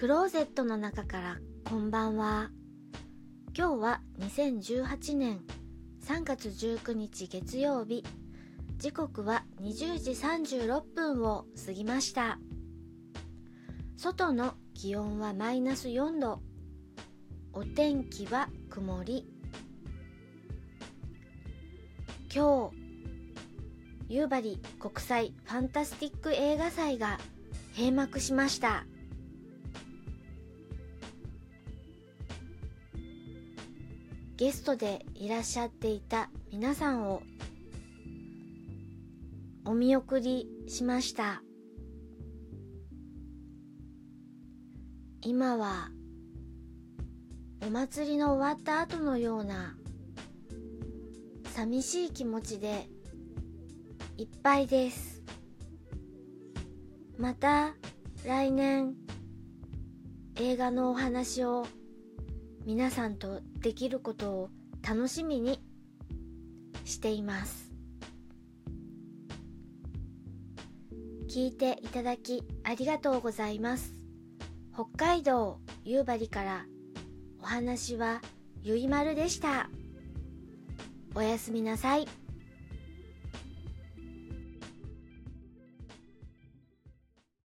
クローゼットの中からこんばんは。今日は2018年3月19日月曜日、時刻は20時36分を過ぎました。外の気温はマイナス4度、お天気は曇り。今日夕張国際ファンタスティック映画祭が閉幕しました。ゲストでいらっしゃっていた皆さんをお見送りしました。今はお祭りの終わった後のような寂しい気持ちでいっぱいです。また来年映画のお話を皆さんとできることを楽しみにしています。聞いていただきありがとうございます。北海道夕張からお話はゆいまるでした。おやすみなさい。